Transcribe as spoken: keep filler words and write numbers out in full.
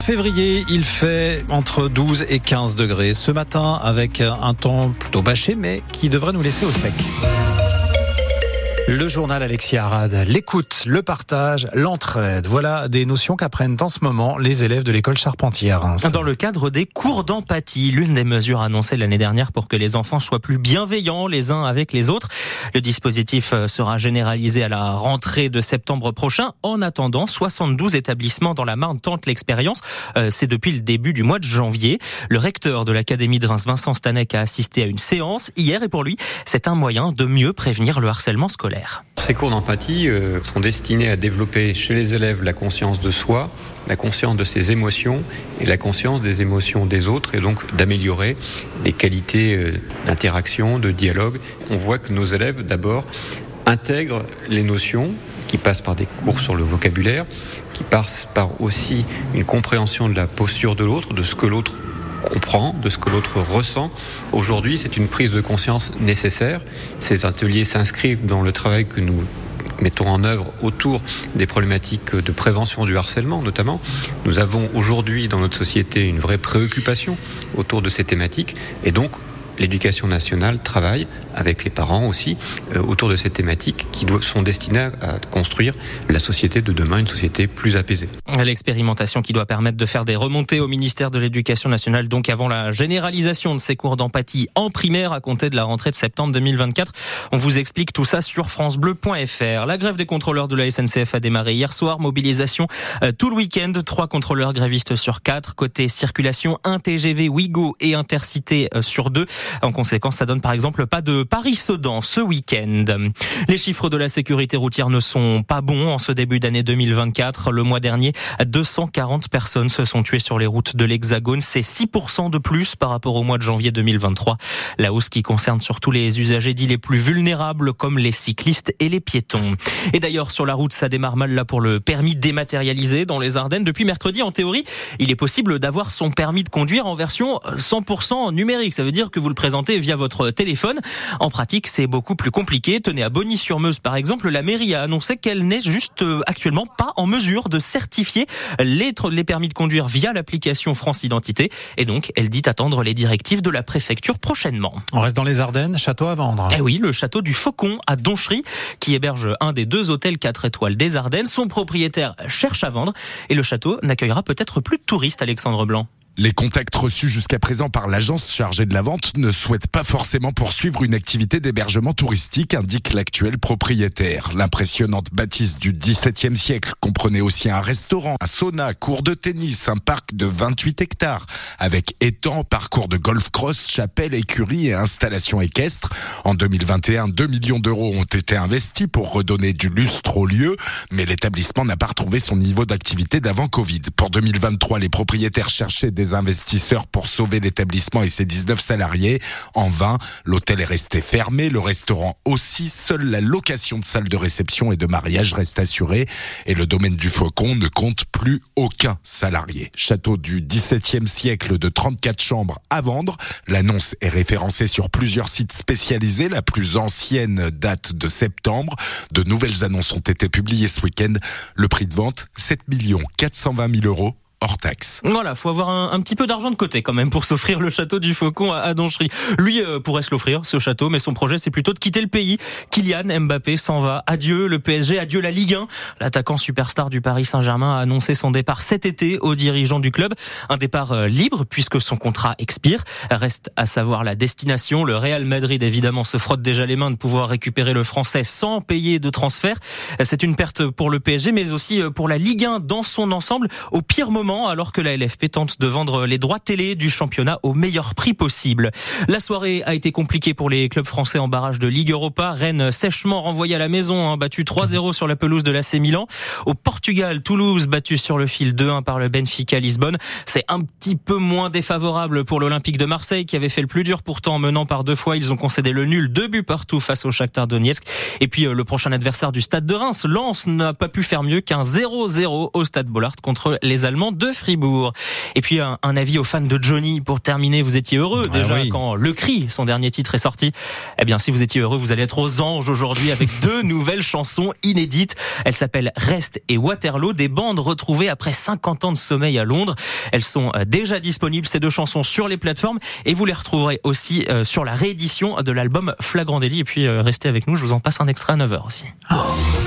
février, il fait entre douze et quinze degrés ce matin avec un temps plutôt bâché mais qui devrait nous laisser au sec. Le journal Alexis Arad, l'écoute, le partage, l'entraide. Voilà des notions qu'apprennent en ce moment les élèves de l'école Charpentier. Dans le cadre des cours d'empathie, l'une des mesures annoncées l'année dernière pour que les enfants soient plus bienveillants les uns avec les autres. Le dispositif sera généralisé à la rentrée de septembre prochain. En attendant, soixante-douze établissements dans la Marne tentent l'expérience. C'est depuis le début du mois de janvier. Le recteur de l'académie de Reims, Vincent Stanec, a assisté à une séance hier et pour lui, c'est un moyen de mieux prévenir le harcèlement scolaire. Ces cours d'empathie euh, sont destinés à développer chez les élèves la conscience de soi, la conscience de ses émotions et la conscience des émotions des autres et donc d'améliorer les qualités euh, d'interaction, de dialogue. On voit que nos élèves d'abord intègrent les notions qui passent par des cours sur le vocabulaire, qui passent par aussi une compréhension de la posture de l'autre, de ce que l'autre comprend, de ce que l'autre ressent. Aujourd'hui, c'est une prise de conscience nécessaire. Ces ateliers s'inscrivent dans le travail que nous mettons en œuvre autour des problématiques de prévention du harcèlement, notamment. Nous avons aujourd'hui dans notre société une vraie préoccupation autour de ces thématiques et donc l'éducation nationale travaille avec les parents aussi euh, autour de ces thématiques qui sont destinées à construire la société de demain, une société plus apaisée. L'expérimentation qui doit permettre de faire des remontées au ministère de l'Éducation nationale, donc avant la généralisation de ces cours d'empathie en primaire à compter de la rentrée de septembre deux mille vingt-quatre. On vous explique tout ça sur francebleu point f r. La grève des contrôleurs de la S N C F a démarré hier soir, mobilisation euh, tout le week-end, trois contrôleurs grévistes sur quatre. Côté circulation, un T G V Ouigo et Intercité euh, sur deux. En conséquence, ça donne par exemple pas de Paris-Sedan ce week-end. Les chiffres de la sécurité routière ne sont pas bons en ce début d'année deux mille vingt-quatre. Le mois dernier, deux cent quarante personnes se sont tuées sur les routes de l'Hexagone. C'est six pour cent de plus par rapport au mois de janvier deux mille vingt-trois. La hausse qui concerne surtout les usagers dits les plus vulnérables comme les cyclistes et les piétons. Et d'ailleurs, sur la route, ça démarre mal là pour le permis dématérialisé dans les Ardennes. Depuis mercredi, en théorie, il est possible d'avoir son permis de conduire en version cent pour cent numérique. Ça veut dire que vous le présentez via votre téléphone. En pratique, c'est beaucoup plus compliqué. Tenez, à Bonny-sur-Meuse, par exemple, la mairie a annoncé qu'elle n'est juste euh, actuellement pas en mesure de certifier les, les permis de conduire via l'application France Identité. Et donc, elle dit attendre les directives de la préfecture prochainement. On reste dans les Ardennes, château à vendre. Eh oui, le château du Faucon à Donchery, qui héberge un des deux hôtels quatre étoiles des Ardennes. Son propriétaire cherche à vendre et le château n'accueillera peut-être plus de touristes, Alexandre Blanc. Les contacts reçus jusqu'à présent par l'agence chargée de la vente ne souhaitent pas forcément poursuivre une activité d'hébergement touristique, indique l'actuel propriétaire. L'impressionnante bâtisse du dix-septième siècle comprenait aussi un restaurant, un sauna, cours de tennis, un parc de vingt-huit hectares, avec étang, parcours de golf-cross, chapelle, écurie et installation équestre. En deux mille vingt et un, deux millions d'euros ont été investis pour redonner du lustre au lieu, mais l'établissement n'a pas retrouvé son niveau d'activité d'avant Covid. Pour deux mille vingt-trois, les propriétaires cherchaient des investisseurs pour sauver l'établissement et ses dix-neuf salariés. En vain, l'hôtel est resté fermé, le restaurant aussi. Seule la location de salles de réception et de mariage reste assurée et le domaine du Faucon ne compte plus aucun salarié. Château du dix-septième siècle de trente-quatre chambres à vendre. L'annonce est référencée sur plusieurs sites spécialisés. La plus ancienne date de septembre. De nouvelles annonces ont été publiées ce week-end. Le prix de vente, sept millions quatre cent vingt mille euros. Hors taxe. Voilà, faut avoir un, un petit peu d'argent de côté quand même pour s'offrir le château du Faucon à, à Donchery. Lui euh, pourrait se l'offrir, ce château, mais son projet c'est plutôt de quitter le pays. Kylian Mbappé s'en va. Adieu le P S G, adieu la Ligue un. L'attaquant superstar du Paris Saint-Germain a annoncé son départ cet été aux dirigeants du club. Un départ euh, libre puisque son contrat expire. Reste à savoir la destination. Le Real Madrid évidemment se frotte déjà les mains de pouvoir récupérer le Français sans payer de transfert. C'est une perte pour le P S G mais aussi pour la Ligue un dans son ensemble au pire moment, alors que la L F P tente de vendre les droits télé du championnat au meilleur prix possible. La soirée a été compliquée pour les clubs français en barrage de Ligue Europa. Rennes sèchement renvoyé à la maison, hein, battu trois zéro sur la pelouse de l'A C Milan. Au Portugal, Toulouse battu sur le fil deux un par le Benfica Lisbonne. C'est un petit peu moins défavorable pour l'Olympique de Marseille qui avait fait le plus dur pourtant en menant par deux fois. Ils ont concédé le nul, deux buts partout face au Shakhtar Donetsk. Et puis euh, le prochain adversaire du Stade de Reims, Lens, n'a pas pu faire mieux qu'un zéro zéro au Stade Bollaert contre les Allemands de Fribourg. Gainsbourg. Et puis un, un avis aux fans de Johnny pour terminer. Vous étiez heureux déjà ah oui. quand Le Cri, son dernier titre, est sorti. Eh bien, si vous étiez heureux, vous allez être aux anges aujourd'hui avec deux nouvelles chansons inédites. Elles s'appellent Rest et Waterloo, des bandes retrouvées après cinquante ans de sommeil à Londres. Elles sont déjà disponibles, ces deux chansons, sur les plateformes, et vous les retrouverez aussi sur la réédition de l'album Flagrant Délit. Et puis, restez avec nous, je vous en passe un extrait à neuf heures aussi. Oh.